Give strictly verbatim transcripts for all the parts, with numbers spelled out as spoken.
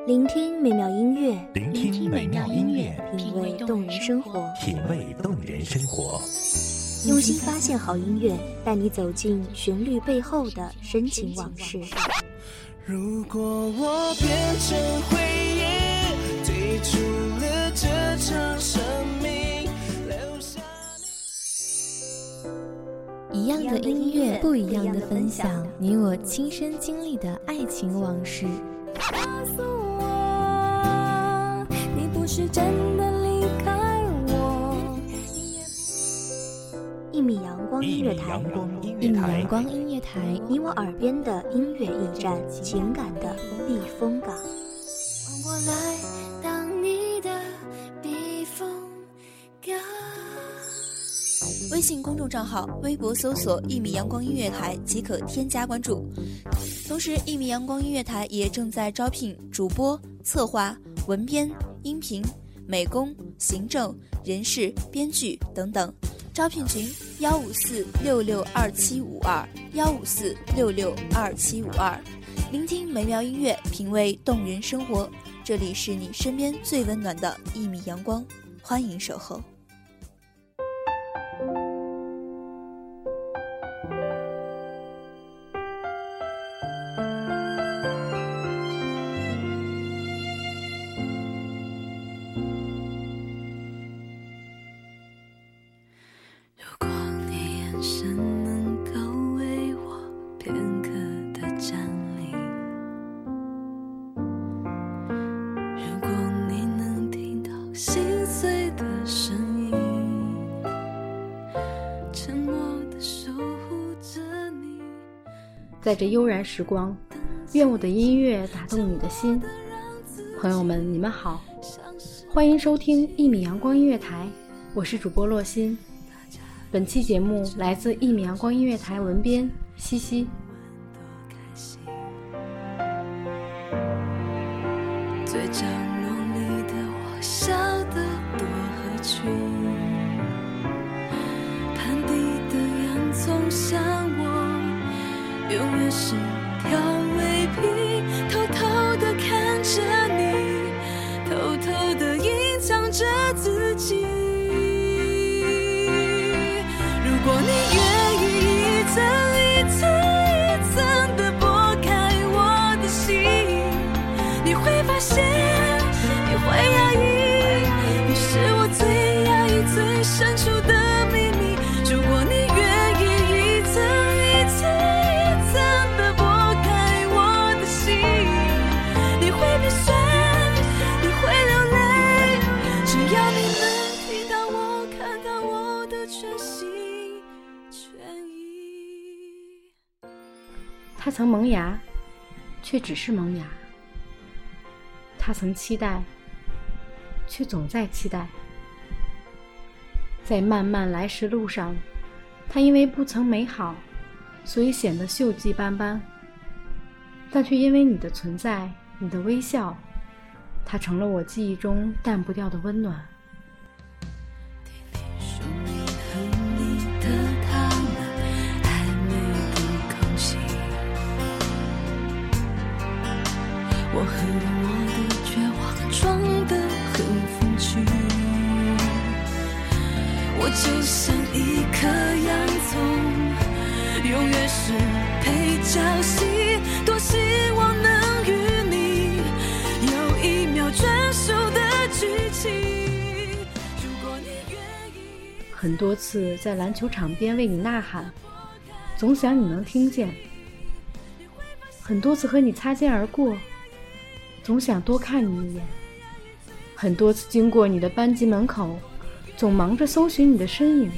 聆听美妙音乐， 聆听美妙音乐， 品味动人生活， 品味动人生活。 用心发现好音乐，带你走进旋律背后的深情往事。 如果我变成回忆，退出了这场生命，留下一样的音乐，不一样的分享，你我亲身经历的爱情往事。 告诉我，你不是真的离开我。 一米阳光音乐台， 一米阳光音乐台， 你我耳边的音乐驿站，情感的避风港。 让我来当你的避风港。 微信公众账号、微博搜索“一米阳光音乐台”即可添加关注。同时，一米阳光音乐台也正在招聘主播、策划、文编、音频、美工、行政、人事、编剧等等。招聘群：幺五四六六二七五二幺五四六六二七五二。聆听美妙音乐，品味动人生活。这里是你身边最温暖的一米阳光，欢迎守候。 在这悠然时光，愿我的音乐打动你的心。朋友们，你们好，欢迎收听一米阳光音乐台，我是主播洛心。本期节目来自一米阳光音乐台文编西西。 最角落里的我笑得多合群，盘底的洋葱像我永远是条尾皮，偷偷地看着你，偷偷地隐藏着自己。如果你愿意一层一层一层地剥开我的心，你会发现你会压抑，你是我最压抑最深处的秘密。如果你愿意一层一层一层地剥开我的心，你会鼻酸，你会流泪，只要你能听到我，看到我的全心全意。 他曾萌芽，却只是萌芽；他曾期待，却总在期待。在漫漫来时路上，他因为不曾美好，所以显得锈迹斑斑，但却因为你的存在，你的微笑，它成了我记忆中淡不掉的温暖。 说你和你的他们还没有空隙，我和我的绝望装得很风趣，我就像一颗洋葱，永远是配角戏，多希望能与你有一秒专属的剧情。如果你愿意， 很多次在篮球场边为你呐喊，总想你能听见；很多次和你擦肩而过，总想多看你一眼；很多次经过你的班级门口，总忙着搜寻你的身影；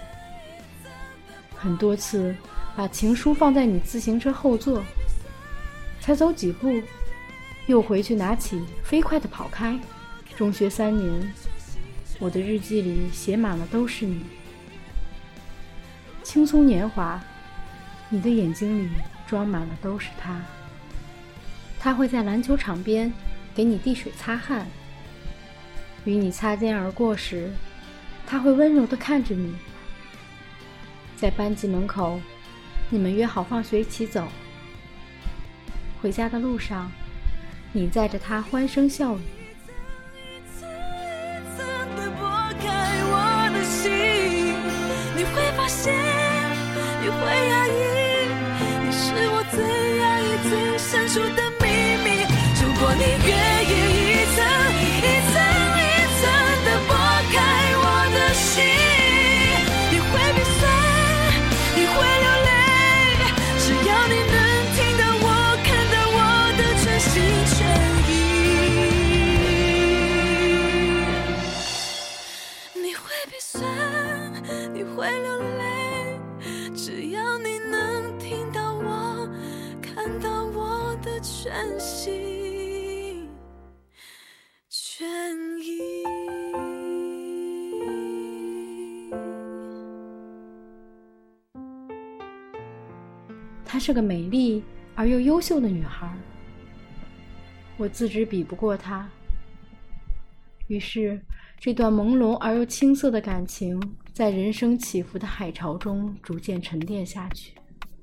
很多次把情书放在你自行车后座，才走几步，又回去拿起飞快地跑开。中学三年，我的日记里写满了都是你。青葱年华，你的眼睛里装满了都是他。他会在篮球场边给你递水擦汗，与你擦肩而过时，他会温柔地看着你。在班级门口，你们约好放学一起走。回家的路上， 你载着他欢声笑语。 你会发现，你会压抑，你是我最压抑、最深处的秘密。如果你愿意一层一层一层地剥开我的心，你会鼻酸，你会流泪，只要你能听到我、看到我的全心全意。你会鼻酸，你会流泪，只要你能听到我、看到我的全心全意。 她是个美丽而又优秀的女孩，我自知比不过她，于是这段朦胧而又青涩的感情在人生起伏的海潮中逐渐沉淀下去。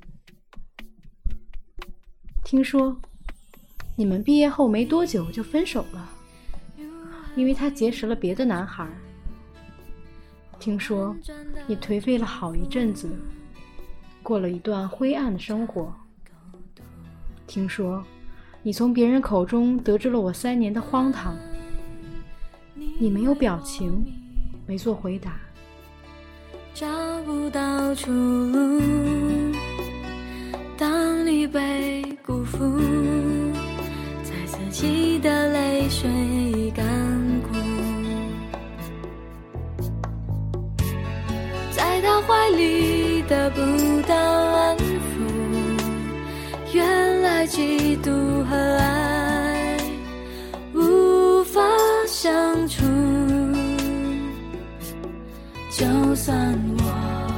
听说你们毕业后没多久就分手了，因为他结识了别的男孩。听说你颓废了好一阵子，过了一段灰暗的生活。听说你从别人口中得知了我三年的荒唐。你没有表情，没做回答。 找不到出路，当你被辜负，在自己的泪水干枯，在他怀里得不到安抚，原来嫉妒和爱无法相处。就算我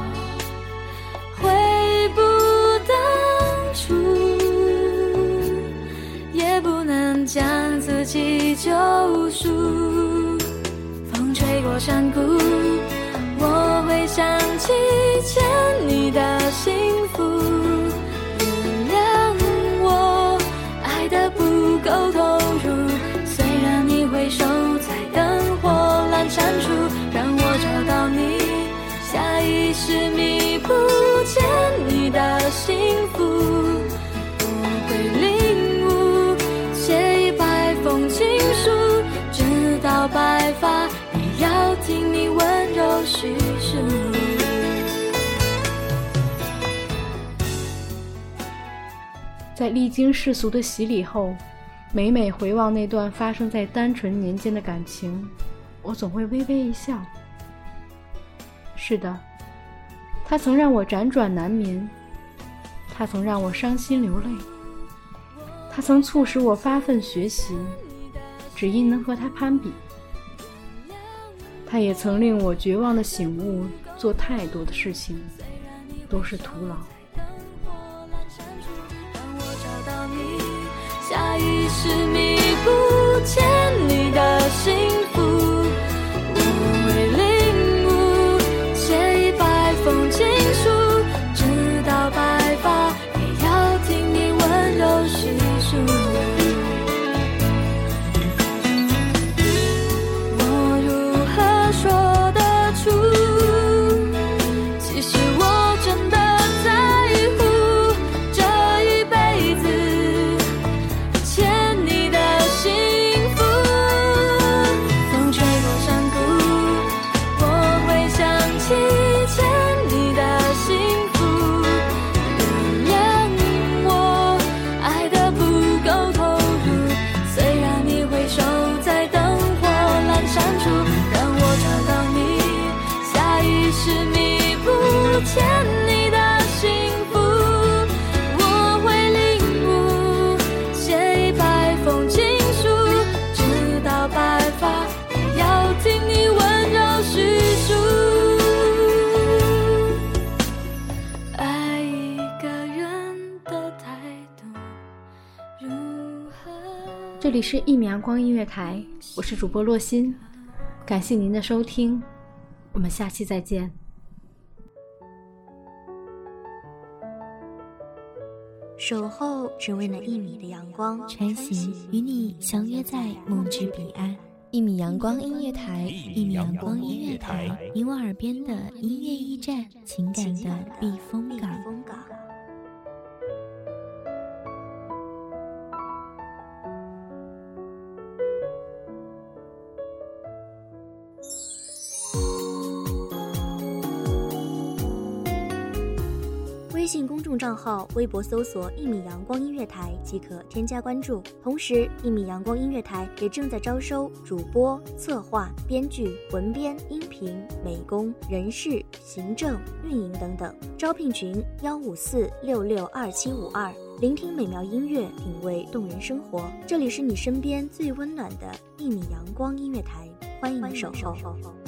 悔不当初，也不能将自己救赎。风吹过山谷，我会想起欠你的幸福。原谅我爱得不够投入，虽然你回首在灯火阑珊处，让我找到你，下意识弥补欠你的幸福。我会领悟，写一百封情书，直到白发也要听你温柔叙述。 在历经世俗的洗礼后，每每回望那段发生在单纯年间的感情，我总会微微一笑。是的，他曾让我辗转难眠，他曾让我伤心流泪，他曾促使我发奋学习，只因能和他攀比。他也曾令我绝望的醒悟，做太多的事情都是徒劳。 下意识弥补欠你的幸福，我会领悟，写一百封情书，直到白发也要听你温柔叙述。我如何说得出，其实我真的在乎这一辈子欠你的幸福。风吹过山谷，我会想起欠你的幸福。原谅我爱得不够投入，虽然你回首在灯火阑珊处，让我找到你，下意识弥补欠你的幸福。我会领悟，写一百封情书，直到白发也要听你温柔叙述。爱一个人的态度如何？ 这里是一米阳光音乐台，我是主播洛心，感谢您的收听，我们下期再见。 守候只为那一米的阳光， 穿行与你相约在梦之彼岸。一米阳光音乐台，一米阳光音乐台，你我耳边的音乐驿站，情感的避风港。 微信公众账号、微博搜索一米阳光音乐台即可添加关注。同时，一米阳光音乐台也正在招收主播、策划、编剧、文编、音频、美工、人事、行政、运营等等。招聘群：幺五四六六二七五二。聆听美妙音乐，品味动人生活。这里是你身边最温暖的一米阳光音乐台，欢迎你守候。